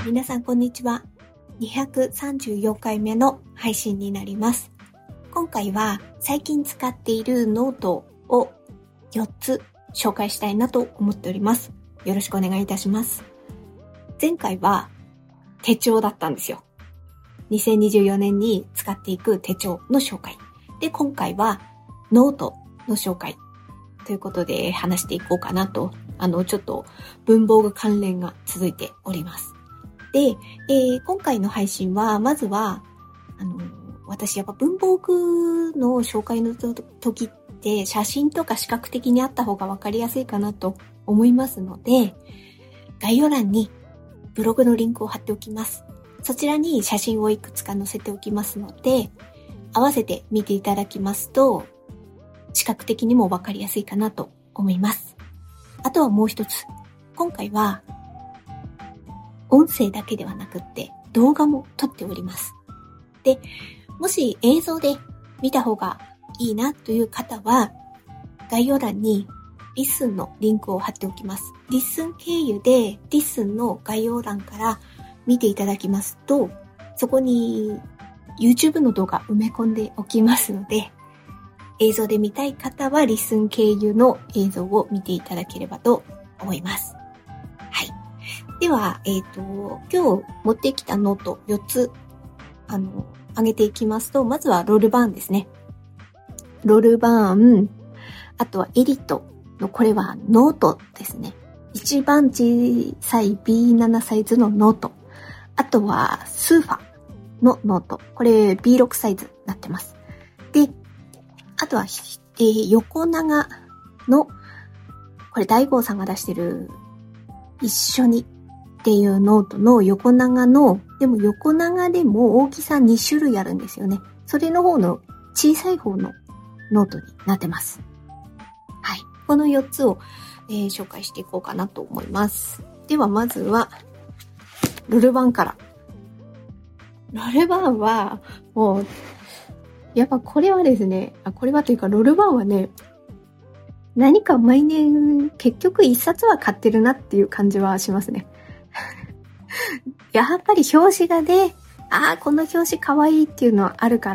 皆さんこんにちは。234回目の配信になります。今回は最近使っているノートを4つ紹介したいなと思っております。よろしくお願いいたします。前回は手帳だったんですよ。2024年に使っていく手帳の紹介。で、今回はノートの紹介ということで話していこうかなと、ちょっと文房具関連が続いております。で、今回の配信は、まずは、私やっぱ文房具の紹介の時って写真とか視覚的にあった方がわかりやすいかなと思いますので、概要欄にブログのリンクを貼っておきます。そちらに写真をいくつか載せておきますので、合わせて見ていただきますと、視覚的にもわかりやすいかなと思います。あとはもう一つ。今回は、音声だけではなくって動画も撮っております。で、もし映像で見た方がいいなという方は、概要欄にリッスンのリンクを貼っておきます。リッスン経由でリッスンの概要欄から見ていただきますと、そこに YouTube の動画埋め込んでおきますので、映像で見たい方はリッスン経由の映像を見ていただければと思います。はい。では、今日持ってきたノート4つ、上げていきますと、まずはロールバーンですね。ロールバーン、あとはエリットの、これはノートですね。一番小さい B7 サイズのノート。あとはスーファのノート。これ B6 サイズになってます。で、あとは、横長の、これ大郷さんが出してる一緒にっていうノートの横長の、でも横長でも大きさ2種類あるんですよね。それの方の小さい方のノートになってます。はい。この4つを、紹介していこうかなと思います。ではまずは、ロルバンから。ロルバンは、もう、やっぱこれはですね、これはというかロルバンはね、何か毎年結局一冊は買ってるなっていう感じはしますね。やっぱり表紙がね、この表紙可愛いっていうのはあるから、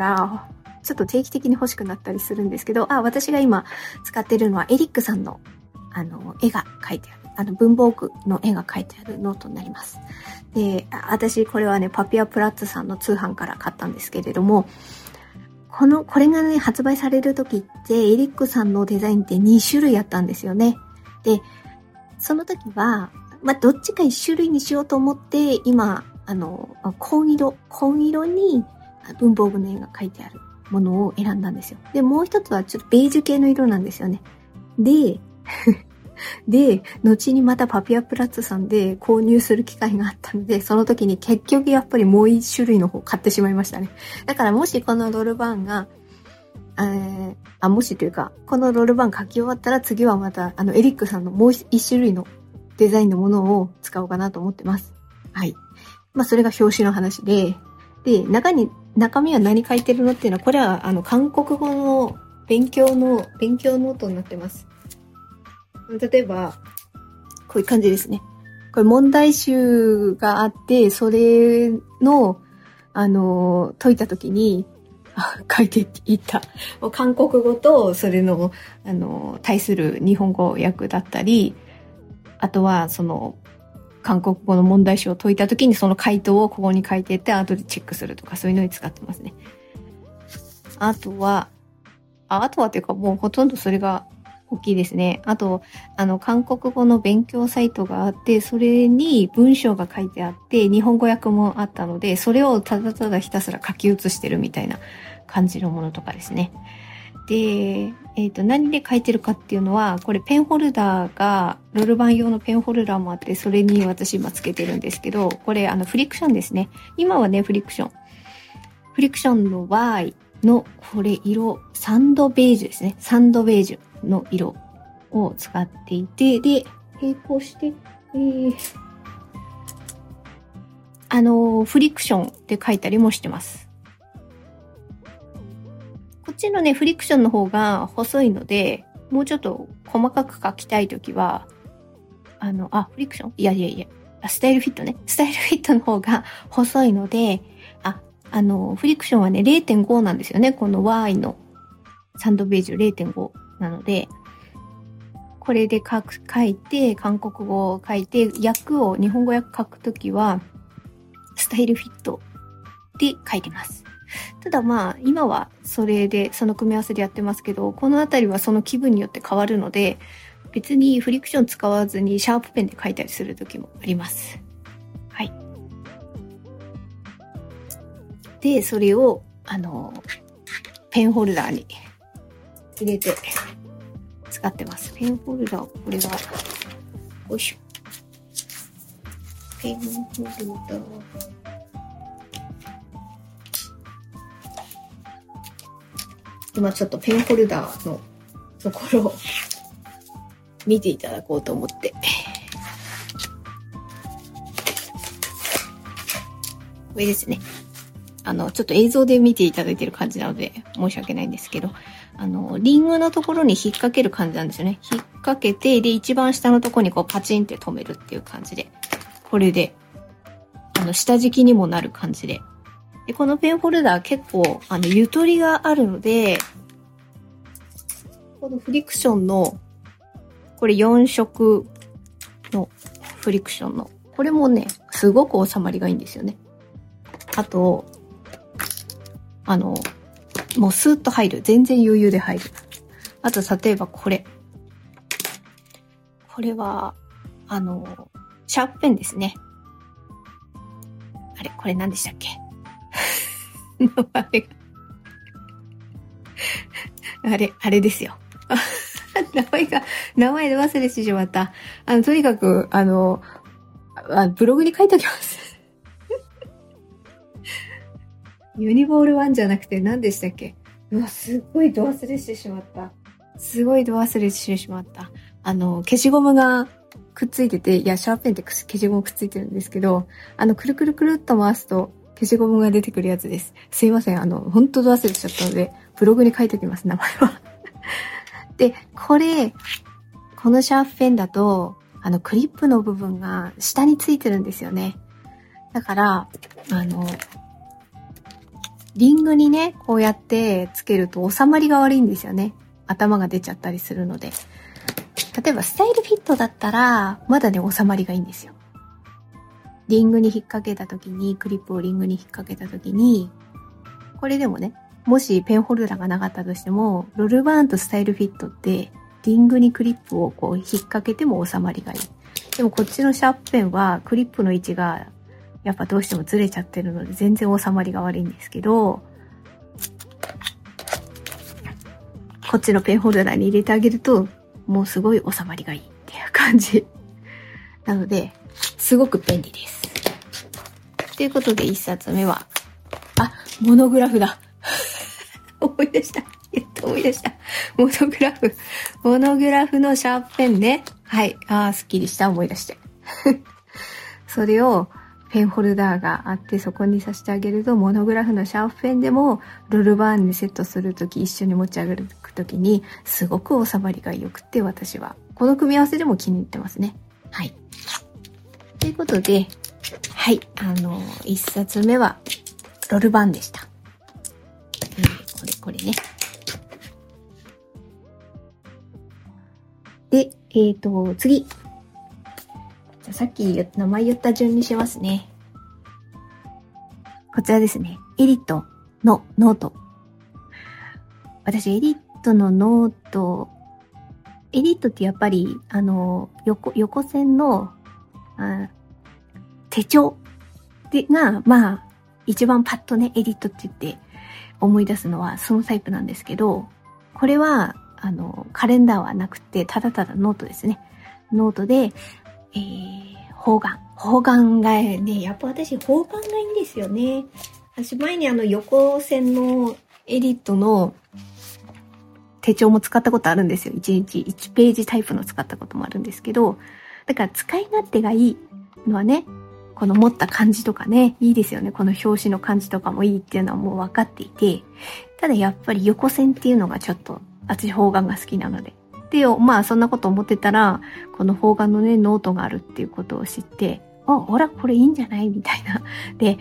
ちょっと定期的に欲しくなったりするんですけど、私が今使ってるのはエリックさんの、絵が描いてある、文房具の絵が描いてあるノートになります。で、私これはね、パピアプラッツさんの通販から買ったんですけれども、これがね、発売される時って、エリックさんのデザインって2種類あったんですよね。で、その時は、どっちか1種類にしようと思って、今、紺色に文房具の絵が描いてあるものを選んだんですよ。で、もう一つはちょっとベージュ系の色なんですよね。で、後にまたパピアプラッツさんで購入する機会があったので、その時に結局やっぱりもう一種類の方買ってしまいましたね。だからもしこのロールバーンが、もしというか、このロールバーン書き終わったら次はまた、エリックさんのもう一種類のデザインのものを使おうかなと思ってます。はい。それが表紙の話で、中身は何書いてるのっていうのは、これは韓国語の勉強ノートになってます。例えば、こういう感じですね。これ問題集があって、それの、解いたときに、書いていった。韓国語と、それの、対する日本語訳だったり、あとは、韓国語の問題集を解いたときに、その回答をここに書いていって、後でチェックするとか、そういうのに使ってますね。あとはっていうか、もうほとんどそれが、大きいですね。あと、韓国語の勉強サイトがあって、それに文章が書いてあって、日本語訳もあったので、それをただただひたすら書き写してるみたいな感じのものとかですね。で、何で書いてるかっていうのは、これペンホルダーが、ロールバン用のペンホルダーもあって、それに私今つけてるんですけど、これフリクションですね。今はね、フリクションの Y の、これ色、サンドベージュですね。サンドベージュの色を使っていて、で、並行して、フリクションって書いたりもしてます。こっちのね、フリクションの方が細いので、もうちょっと細かく書きたいときは、フリクション？いや。 スタイルフィットね。スタイルフィットの方が細いので、フリクションはね、0.5 なんですよね。この Y のサンドベージュ 0.5 なので、これで書いて、韓国語を書いて、日本語訳書くときは、スタイルフィットで書いてます。ただまあ、今はその組み合わせでやってますけど、このあたりはその気分によって変わるので、別にフリクション使わずにシャープペンで書いたりするときもあります。はい。で、それを、ペンホルダーに入れて使ってます。ペンホルダー、これが、よいしょ。ペンホルダー。今ちょっとペンホルダーのところを見ていただこうと思って。これですね。ちょっと映像で見ていただいている感じなので申し訳ないんですけど、リングのところに引っ掛ける感じなんですよね。引っ掛けて、で、一番下のところにこうパチンって止めるっていう感じで、これで、下敷きにもなる感じで。で、このペンホルダー結構、ゆとりがあるので、このフリクションの、これ4色のフリクションの、これもね、すごく収まりがいいんですよね。あと、もうスーッと入る。全然余裕で入る。あと、例えばこれ。これは、シャープペンですね。あれ、これ何でしたっけあれですよ。名前で忘れてしまった。とにかく、ブログに書いておきます。ユニボール1じゃなくて何でしたっけ？うわ、すっごい度忘れしてしまった。消しゴムがくっついてて、いや、シャーペンって消しゴムくっついてるんですけど、くるくるくるっと回すと消しゴムが出てくるやつです。すいません、本当度忘れしちゃったので、ブログに書いておきます、名前は。で、このシャープペンだと、クリップの部分が下についてるんですよね。だから、リングにね、こうやってつけると収まりが悪いんですよね。頭が出ちゃったりするので。例えばスタイルフィットだったら、まだね、収まりがいいんですよ。リングに引っ掛けた時に、クリップをリングに引っ掛けた時に、これでもね、もしペンホルダーがなかったとしても、ロルバーンとスタイルフィットって、リングにクリップをこう引っ掛けても収まりがいい。でもこっちのシャープペンは、クリップの位置が、やっぱどうしてもずれちゃってるので全然収まりが悪いんですけど、こっちのペンホルダーに入れてあげると、もうすごい収まりがいいっていう感じ。なので、すごく便利です。ということで1冊目は、モノグラフだ。思い出した。モノグラフのシャープペンね。はい。すっきりした。思い出して。それを、ペンホルダーがあってそこにさせてあげると、モノグラフのシャープペンでもロールバーンにセットするとき、一緒に持ち上げるときにすごく収まりが良くて、私はこの組み合わせでも気に入ってますね。はい。ということで、はい、一冊目はロールバーンでした。これね。で、次。さっき名前言った順にしますね。こちらですね。エリットのノート。私、エリットのノート、エリットってやっぱり、横線の手帳が、まあ、一番パッとね、エリットって言って思い出すのはそのタイプなんですけど、これは、カレンダーはなくて、ただただノートですね。ノートで、方眼がね、やっぱ私方眼がいいんですよね。私前に横線のエリットの手帳も使ったことあるんですよ。1日1ページタイプの使ったこともあるんですけど、だから使い勝手がいいのはね、この持った感じとかね、いいですよね。この表紙の感じとかもいいっていうのはもう分かっていて、ただやっぱり横線っていうのがちょっと、私方眼が好きなので。で、まあそんなこと思ってたら、この方眼のね、ノートがあるっていうことを知って、 ほら、これいいんじゃないみたいな。で、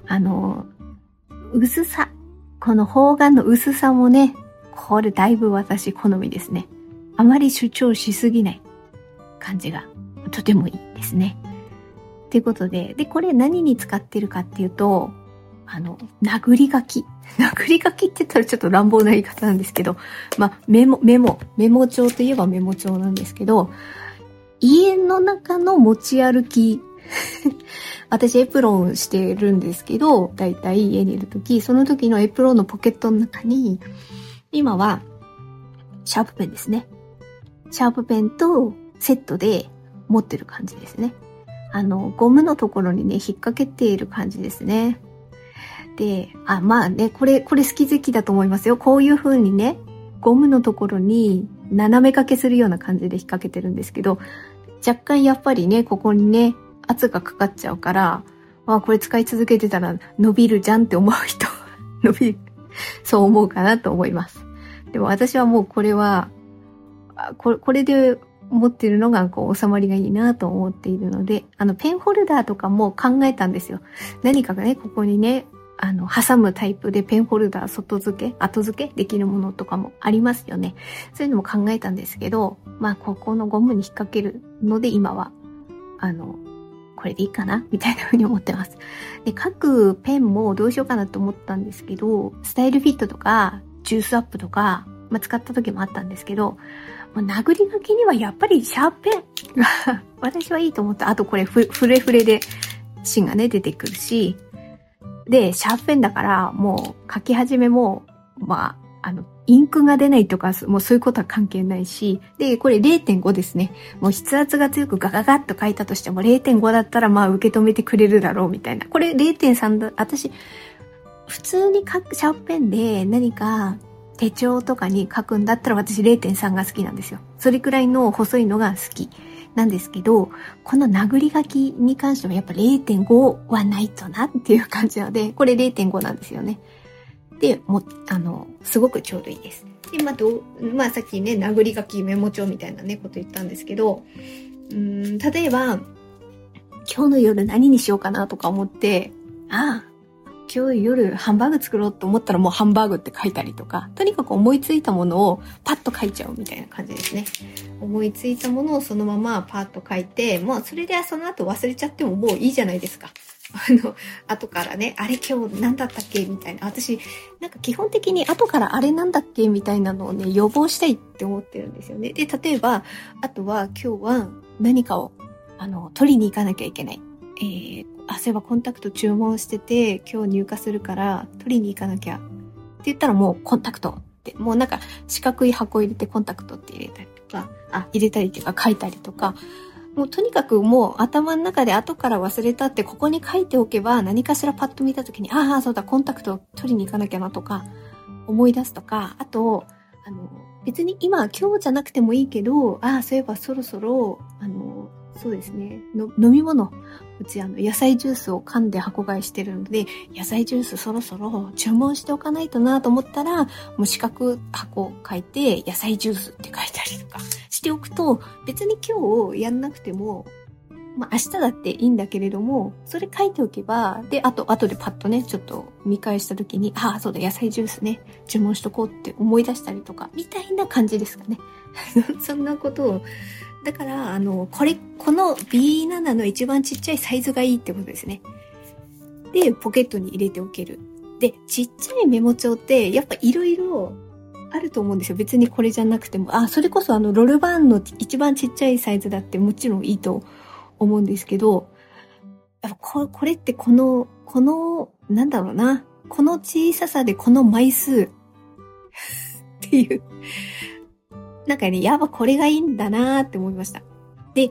薄さ。この方眼の薄さもね、これだいぶ私好みですね。あまり主張しすぎない感じがとてもいいですね。ということで、これ何に使ってるかっていうと、殴り書き。殴り書きって言ったらちょっと乱暴な言い方なんですけど、メモ帳といえばメモ帳なんですけど、家の中の持ち歩き。私エプロンしてるんですけど、だいたい家にいるとき、その時のエプロンのポケットの中に、今はシャープペンですね。シャープペンとセットで持ってる感じですね。ゴムのところにね、引っ掛けている感じですね。で、これ好き好きだと思いますよ。こういう風にね、ゴムのところに斜め掛けするような感じで引っ掛けてるんですけど、若干やっぱりね、ここにね、圧がかかっちゃうから、これ使い続けてたら伸びるじゃんって思う人、伸びる。そう思うかなと思います。でも私はもうこれは、これで持ってるのが収まりがいいなと思っているので、ペンホルダーとかも考えたんですよ。何かがね、ここにね、挟むタイプでペンホルダー後付けできるものとかもありますよね。そういうのも考えたんですけど、ここのゴムに引っ掛けるので今は、これでいいかなみたいな風に思ってます。で、各ペンもどうしようかなと思ったんですけど、スタイルフィットとか、ジュースアップとか、使った時もあったんですけど、殴り書きにはやっぱりシャープペンが私はいいと思った。あとこれフレフレで芯がね出てくるし、で、シャープペンだからもう書き始めも、インクが出ないとか、もうそういうことは関係ないし、で、これ 0.5 ですね。もう筆圧が強くガガガッと書いたとしても 0.5 だったら受け止めてくれるだろうみたいな。これ 0.3 だ、私、普通にシャープペンで何か手帳とかに書くんだったら私 0.3 が好きなんですよ。それくらいの細いのが好きなんですけど、この殴り書きに関してはやっぱ 0.5 はないとなっていう感じなので、これ 0.5 なんですよね。で、すごくちょうどいいです。で、さっきね、殴り書きメモ帳みたいなね、こと言ったんですけど、例えば、今日の夜何にしようかなとか思って、今日夜ハンバーグ作ろうと思ったらもうハンバーグって書いたりとか、とにかく思いついたものをパッと書いちゃうみたいな感じですね。思いついたものをそのままパッと書いて、それでその後忘れちゃってももういいじゃないですか。後からね、あれ今日何だったっけみたいな。私、基本的に後からあれなんだっけみたいなのをね、予防したいって思ってるんですよね。で、例えば、あとは今日は何かを、取りに行かなきゃいけない。そういえばコンタクト注文してて、今日入荷するから取りに行かなきゃ。って言ったらもうコンタクトって、もう四角い箱入れてコンタクトって入れたりとか、入れたりとか書いたりとか、もうとにかくもう頭の中で後から忘れたってここに書いておけば何かしらパッと見たときに、そうだ、コンタクト取りに行かなきゃなとか思い出すとか、あと、別に今日じゃなくてもいいけど、そういえばそろそろ、そうですね、飲み物、うち野菜ジュースを缶で箱買いしてるので、野菜ジュースそろそろ注文しておかないとなと思ったら、もう四角箱書いて野菜ジュースって書いたりとかしておくと、別に今日やんなくても、明日だっていいんだけれども、それ書いておけば、で、後でパッとね、ちょっと見返した時に、そうだ、野菜ジュースね、注文しとこうって思い出したりとか、みたいな感じですかね。そんなことを、だから、この B7 の一番ちっちゃいサイズがいいってことですね。で、ポケットに入れておける。で、ちっちゃいメモ帳って、やっぱいろいろあると思うんですよ。別にこれじゃなくても。それこそロールバーンの一番ちっちゃいサイズだってもちろんいいと思うんですけど、やっぱこれってこの、なんだろうな。この小ささでこの枚数っていう。やっぱこれがいいんだなーって思いました。で、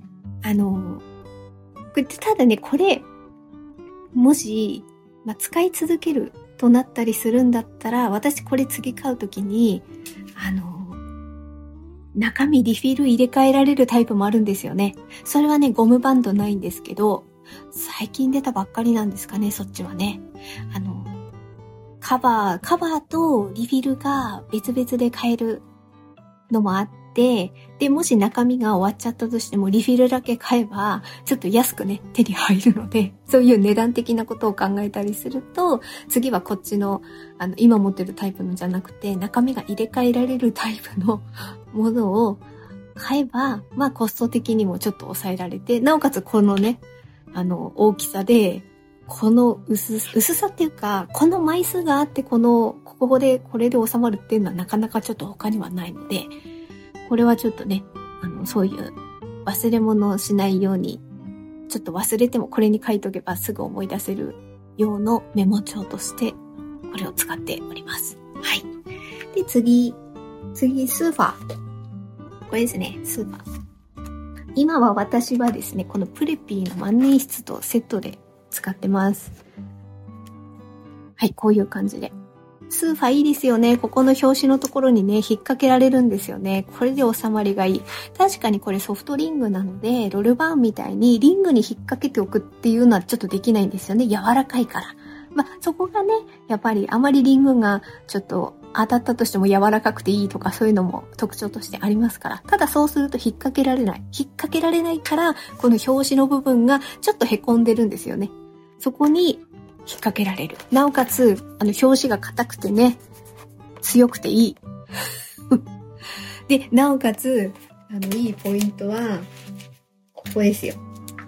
ただね、これ、もし、使い続けるとなったりするんだったら、私これ次買うときに、中身リフィル入れ替えられるタイプもあるんですよね。それはね、ゴムバンドないんですけど、最近出たばっかりなんですかね、そっちはね。カバーとリフィルが別々で買えるのもあっで、もし中身が終わっちゃったとしてもリフィルだけ買えば、ちょっと安くね、手に入るので、そういう値段的なことを考えたりすると、次はこっちの、今持ってるタイプのじゃなくて、中身が入れ替えられるタイプのものを買えば、まあコスト的にもちょっと抑えられて、なおかつこのね、大きさで、この薄さっていうか、この枚数があって、ここでこれで収まるっていうのはなかなかちょっと他にはないので、これはちょっとね、そういう忘れ物をしないように、ちょっと忘れてもこれに書いとけばすぐ思い出せる用のメモ帳として、これを使っております。はい。で、次、スーファー。これですね、スーファー。今は私はですね、このプレピーの万年筆とセットで使ってます。はい、こういう感じで。スーファいいですよね。ここの表紙のところにね、引っ掛けられるんですよね。これで収まりがいい。確かにこれソフトリングなので、ロールバーンみたいにリングに引っ掛けておくっていうのはちょっとできないんですよね。柔らかいから。まあ、そこがね、やっぱりあまりリングがちょっと当たったとしても柔らかくていいとかそういうのも特徴としてありますから。ただそうすると引っ掛けられない。引っ掛けられないから、この表紙の部分がちょっと凹んでるんですよね。そこに引っ掛けられる。なおかつ、表紙が硬くてね、強くていい。で、なおかつ、いいポイントは、ここですよ。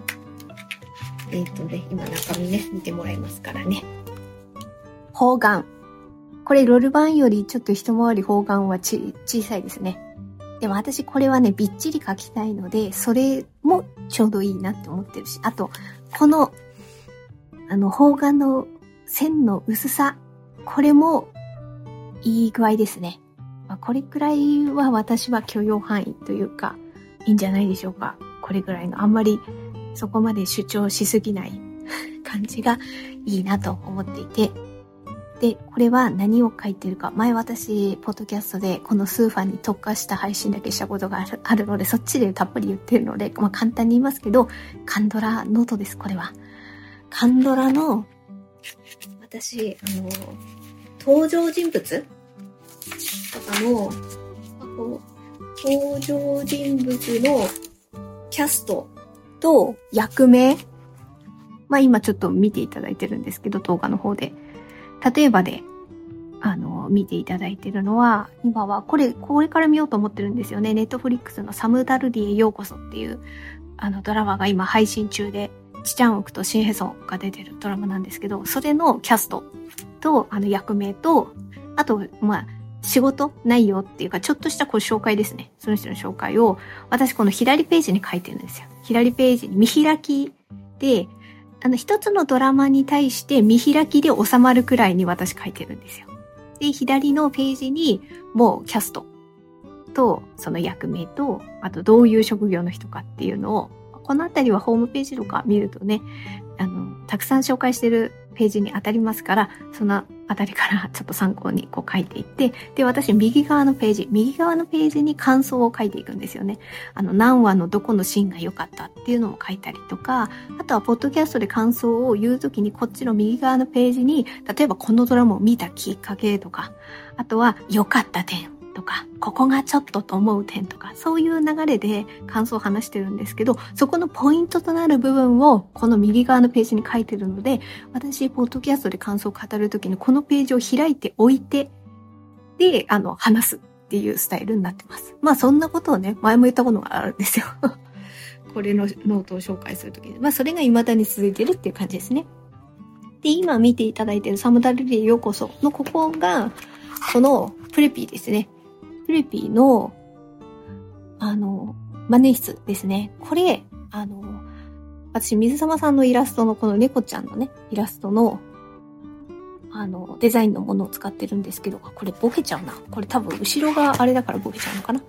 今中身ね、見てもらいますからね。方眼。これロルバンよりちょっと一回り方眼は小さいですね。でも私これはね、びっちり描きたいので、それもちょうどいいなって思ってるし、あと、この、方眼の線の薄さ、これもいい具合ですね。まあ、これくらいは私は許容範囲というか、いいんじゃないでしょうか。これぐらいの、あんまりそこまで主張しすぎない感じがいいなと思っていて。で、これは何を書いてるか。前私、ポッドキャストでこのスーファーに特化した配信だけしたことがあるので、そっちでたっぷり言ってるので、まあ簡単に言いますけど、カンドラノートです、これは。カンドラの、私、登場人物とかの、登場人物のキャストと役名、まあ今ちょっと見ていただいてるんですけど、動画の方で。例えばで、見ていただいてるのは、今はこれから見ようと思ってるんですよね。ネットフリックスのサムダルディへようこそっていう、ドラマが今配信中で、チチャンウクとシンヘソンが出てるドラマなんですけど、それのキャストと、役名と、あと、まあ、仕事内容っていうか、ちょっとしたこう紹介ですね。その人の紹介を、私この左ページに書いてるんですよ。左ページに見開きで、一つのドラマに対して見開きで収まるくらいに私書いてるんですよ。で、左のページにもうキャストと、その役名と、あとどういう職業の人かっていうのを、このあたりはホームページとか見るとね、たくさん紹介してるページに当たりますから、そのあたりからちょっと参考にこう書いていって、で、私右側のページに感想を書いていくんですよね。何話のどこのシーンが良かったっていうのも書いたりとか、あとはポッドキャストで感想を言うときにこっちの右側のページに、例えばこのドラマを見たきっかけとか、あとは良かった点とか、ここがちょっとと思う点とか、そういう流れで感想を話してるんですけど、そこのポイントとなる部分をこの右側のページに書いてるので、私、ポッドキャストで感想を語るときにこのページを開いておいて、で、話すっていうスタイルになってます。まあ、そんなことをね、前も言ったことがあるんですよ。これのノートを紹介するときに。まあ、それが未だに続いてるっていう感じですね。で、今見ていただいているサムダルディへようこそのここが、このプレピーですね。プレピーの、万年筆ですね。これ、私、水様さんのイラストの、この猫ちゃんのね、イラストの、デザインのものを使ってるんですけど、これボケちゃうな。これ多分、後ろがあれだからボケちゃうのかな。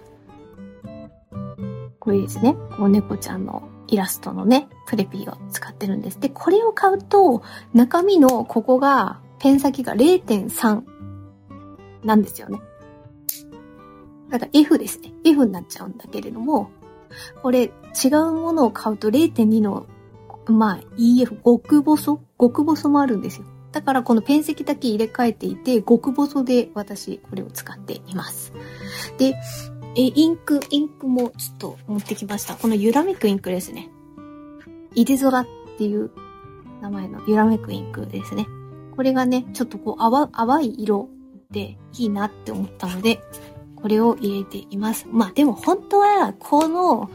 これですね。この猫ちゃんのイラストのね、プレピーを使ってるんです。で、これを買うと、中身のここが、ペン先が 0.3 なんですよね。だから F ですね。F になっちゃうんだけれども、これ違うものを買うと 0.2 の、まあ EF、極細もあるんですよ。だからこのペン先だけ入れ替えていて、極細で私これを使っています。で、 インクもちょっと持ってきました。このユラメックインクですね。イデゾラっていう名前のユラメックインクですね。これがね、ちょっとこう淡い色でいいなって思ったので、これを入れています。まあでも本当は、この、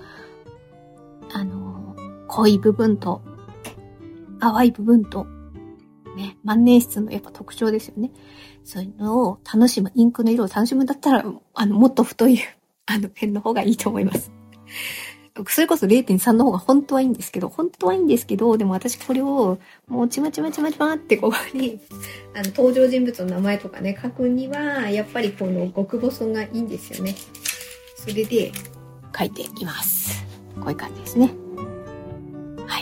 濃い部分と、淡い部分と、ね、万年筆のやっぱ特徴ですよね。そういうのを楽しむ、インクの色を楽しむんだったら、もっと太い、ペンの方がいいと思います。それこそ 0.3 の方が本当はいいんですけど、でも私これを、もうちまってここに、登場人物の名前とかね、書くには、やっぱりこの極細がいいんですよね。それで、書いています。こういう感じですね。はい。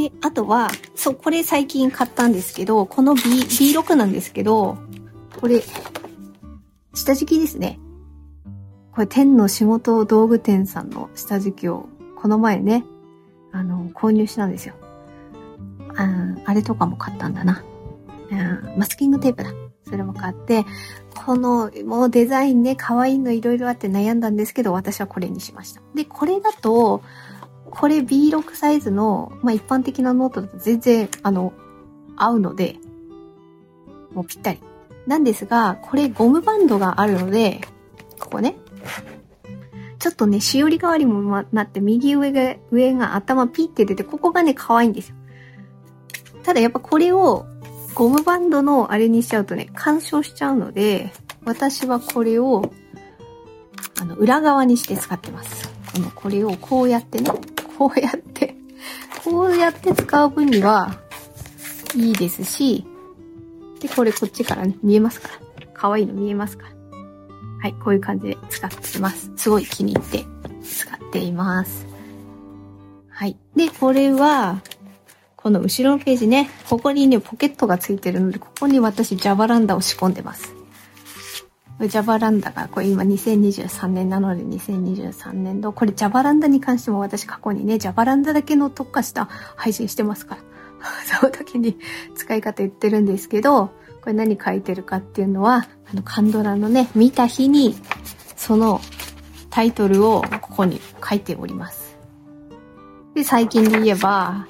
で、あとは、そう、これ最近買ったんですけど、この B6 なんですけど、これ、下敷きですね。これ、天の仕事道具店さんの下敷きを、この前ね、購入したんですよ。あれとかも買ったんだな。マスキングテープだ。それも買って、この、もうデザインね、可愛いのいろいろあって悩んだんですけど、私はこれにしました。で、これだと、これ B6 サイズの、まあ、一般的なノートだと全然、合うので、もうぴったり。なんですが、これゴムバンドがあるので、ここね、ちょっとね、しおり代わりもなって、右上が頭ピって出て、ここがね、可愛いんですよ。ただやっぱこれを、ゴムバンドのあれにしちゃうとね、干渉しちゃうので、私はこれを、裏側にして使ってます。これをこうやってね、こうやって使う分には、いいですし、で、これこっちからね、見えますから。可愛いの見えますから。はい、こういう感じで使ってます。すごい気に入って使っています。はい。で、これは、この後ろのページね、ここにね、ポケットがついてるので、ここに私、ジャバランダを仕込んでます。ジャバランダが、これ今2023年なので2023年度。これジャバランダに関しても私過去にね、ジャバランダだけの特化した配信してますから。その時に使い方言ってるんですけど、これ何書いてるかっていうのは、カンドラのね、見た日に、そのタイトルをここに書いております。で、最近で言えば、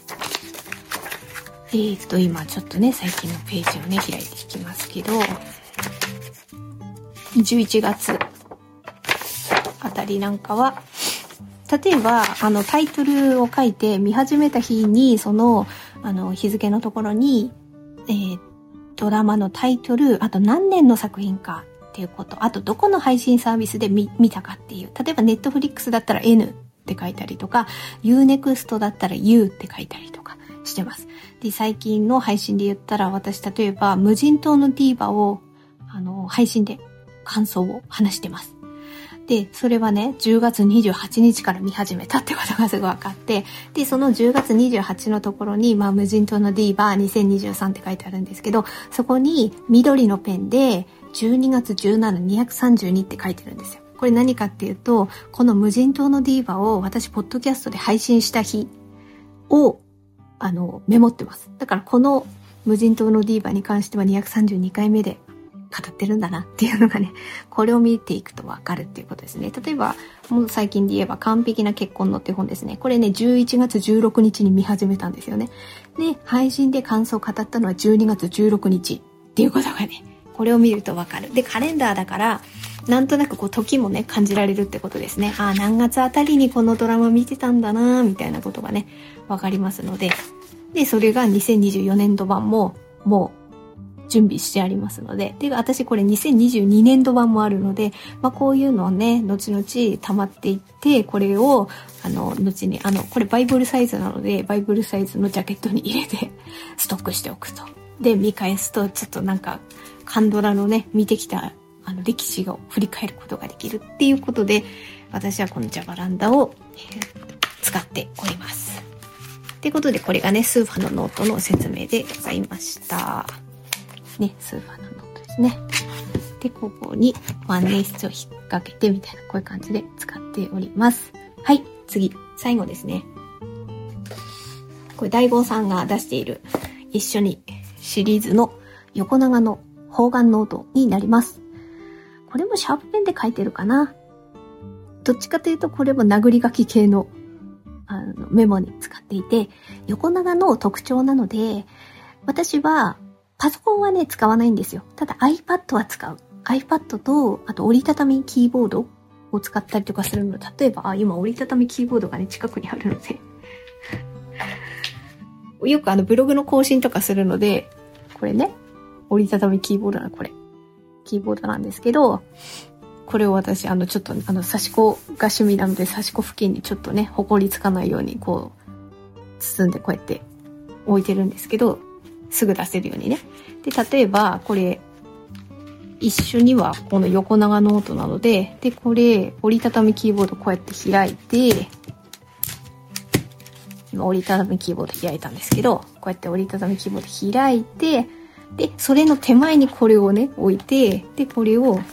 今ちょっとね、最近のページをね、開いていきますけど、11月あたりなんかは、例えば、タイトルを書いて見始めた日に、その、日付のところに、ドラマのタイトル、あと何年の作品かっていうこと、あとどこの配信サービスで見たかっていう、例えばネットフリックスだったら N って書いたりとか、Unext だったら U って書いたりとかしてます。で、最近の配信で言ったら、私例えば無人島のディーバを、配信で感想を話してます。で、それはね、10月28日から見始めたってことがすぐ分かって、で、その10月28のところに、無人島のディーバー2023って書いてあるんですけど、そこに緑のペンで12月17、232って書いてるんですよ。これ何かっていうと、この無人島のディーバを私、ポッドキャストで配信した日を、メモってます。だからこの無人島のディーバに関しては232回目で語ってるんだなっていうのがね、これを見ていくとわかるっていうことですね。例えば、もう最近で言えば完璧な結婚のって本ですね。これね、11月16日に見始めたんですよね。で、配信で感想を語ったのは12月16日っていうことがね、これを見るとわかる。で、カレンダーだから、なんとなくこう時もね、感じられるってことですね。何月あたりにこのドラマ見てたんだなみたいなことがね、わかりますので。で、それが2024年度版も、もう、準備してありますので。で、私これ2022年度版もあるので、こういうのをね、後々溜まっていって、これを、後に、これバイブルサイズなので、バイブルサイズのジャケットに入れて、ストックしておくと。で、見返すと、ちょっとなんか、カンドラのね、見てきた、歴史を振り返ることができるっていうことで、私はこのジャバランダを、使っております。ということで、これがね、スーファのノートの説明でございました。ね、スーファのノートですね。で、ここに万年筆を引っ掛けてみたいな、こういう感じで使っております。はい、次、最後ですね。これ、大坊さんが出している、一緒にシリーズの横長の方眼ノートになります。これもシャープペンで書いてるかな。 どっちかというとこれも殴り書き系のメモに使っていて、横長の特徴なので、私はパソコンはね使わないんですよ。ただ iPad は使う。iPad とあと折りたたみキーボードを使ったりとかするので、例えば今折りたたみキーボードがね近くにあるのでよくブログの更新とかするので、これね折りたたみキーボードこれキーボードなんですけど、これを私ちょっと刺し子が趣味なので、刺し子付近にちょっとねほこりつかないようにこう包んでこうやって置いてるんですけど、すぐ出せるようにね。で例えばこれ一緒にはこの横長ノートなので、これ折りたたみキーボードこうやって開いて、今折りたたみキーボード開いたんですけど、こうやって折りたたみキーボード開いて、でそれの手前にこれをね置いて、でこれを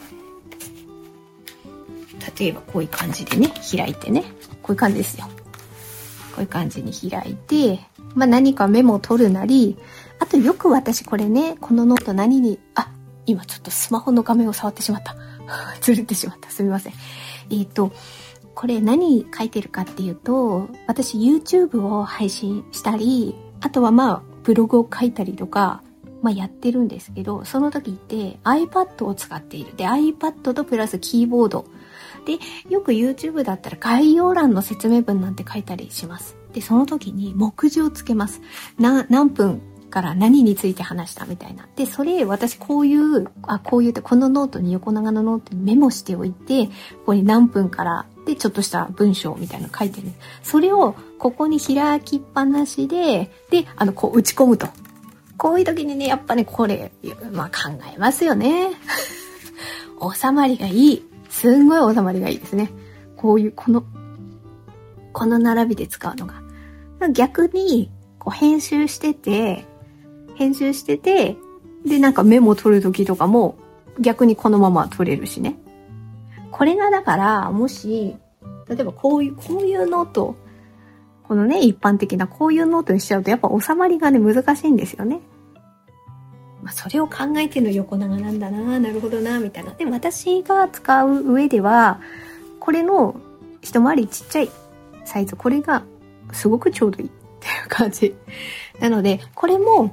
例えばこういう感じでね開いてね、こういう感じですよ。こういう感じに開いて、何かメモを取るなり、あとよく私これね、このノート何に、今ちょっとスマホの画面を触ってしまった。ずれてしまった。すみません。これ何書いてるかっていうと、私 YouTube を配信したり、あとはブログを書いたりとか、やってるんですけど、その時って iPad を使っている。で、iPad とプラスキーボード。で、よく YouTube だったら概要欄の説明文なんて書いたりします。で、その時に目次をつけます。何分から何について話したみたいな。で、それ私こういうってこのノートに横長のノートにメモしておいて、ここに何分からでちょっとした文章みたいなの書いてる。それをここに開きっぱなしで、こう打ち込むと。こういう時にね、やっぱね、これ、考えますよね。収まりがいい。すんごい収まりがいいですね。こういう、この並びで使うのが。逆に、編集してて、で、メモ取る時とかも、逆にこのまま取れるしね。これがだから、もし、例えばこういうノート、このね、一般的なこういうノートにしちゃうと、やっぱ収まりがね、難しいんですよね。それを考えての横長なんだな、なるほどな、みたいな。で、私が使う上では、これの一回りちっちゃいサイズ、これがすごくちょうどいいっていう感じ。なので、これも、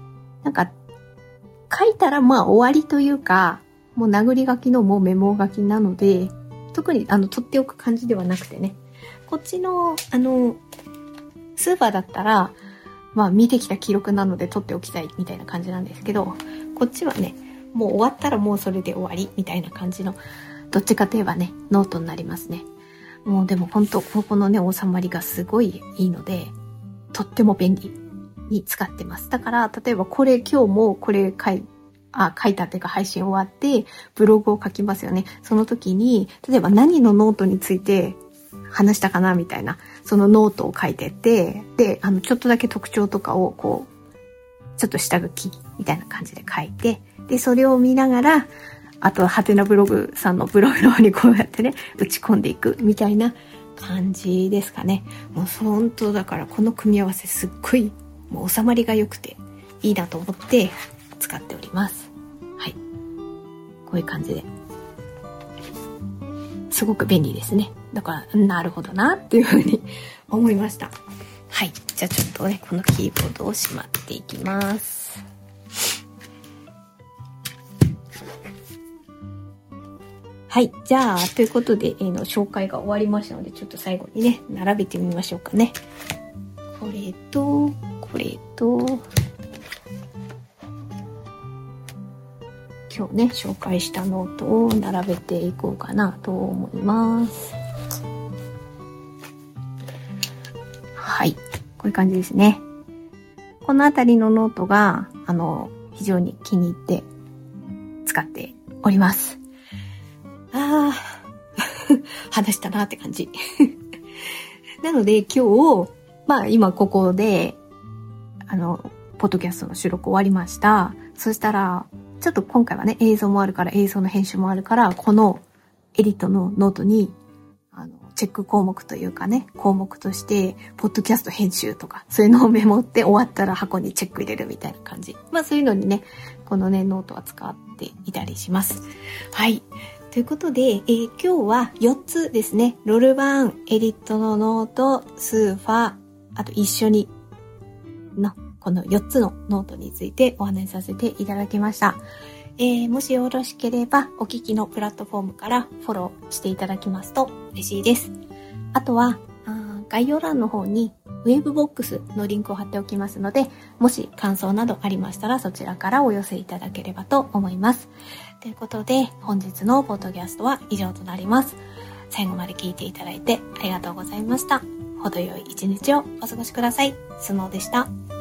書いたら終わりというか、もう殴り書きのもうメモ書きなので、特に取っておく感じではなくてね、こっちの、スーパーだったら、見てきた記録なので取っておきたいみたいな感じなんですけど、こっちはね、もう終わったらもうそれで終わりみたいな感じの、どっちかといえばね、ノートになりますね。もうでも本当ここのね、収まりがすごいいいので、とっても便利に使ってます。だから、例えば今日もこれ書いたっていうか配信終わって、ブログを書きますよね。その時に、例えば何のノートについて話したかなみたいな、そのノートを書いてって、で、ちょっとだけ特徴とかをちょっと下書きみたいな感じで書いて、で、それを見ながら、あとはハテナブログさんのブログの方にこうやってね、打ち込んでいくみたいな感じですかね。もう本当だからこの組み合わせすっごいもう収まりが良くていいなと思って使っております。はい。こういう感じで。すごく便利ですね。だから、なるほどなっていうふうに思いました。はい。じゃあちょっとね、このキーボードをしまっていきます。はい。じゃあ、ということで、紹介が終わりましたので、ちょっと最後にね、並べてみましょうかね。これと、これと、今日ね、紹介したノートを並べていこうかなと思います。はい。こういう感じですね。このあたりのノートが、非常に気に入って使っております。話したなって感じ。なので今日、今ここで、ポッドキャストの収録終わりました。そしたら、ちょっと今回はね、映像もあるから、映像の編集もあるから、このエディットのノートに、チェック項目というかね、項目として、ポッドキャスト編集とか、そういうのをメモって終わったら箱にチェック入れるみたいな感じ。そういうのにね、このね、ノートは使っていたりします。はい。 ということで、今日は4つですね。ロルバーン、エリットのノート、スーファー、あと一緒にのこの4つのノートについてお話しさせていただきました。もしよろしければお聞きのプラットフォームからフォローしていただきますと嬉しいです。あとは概要欄の方にウェブボックスのリンクを貼っておきますので、もし感想などありましたらそちらからお寄せいただければと思います。ということで本日のポッドキャストは以上となります。最後まで聞いていただいてありがとうございました。程よい一日をお過ごしください。スノーでした。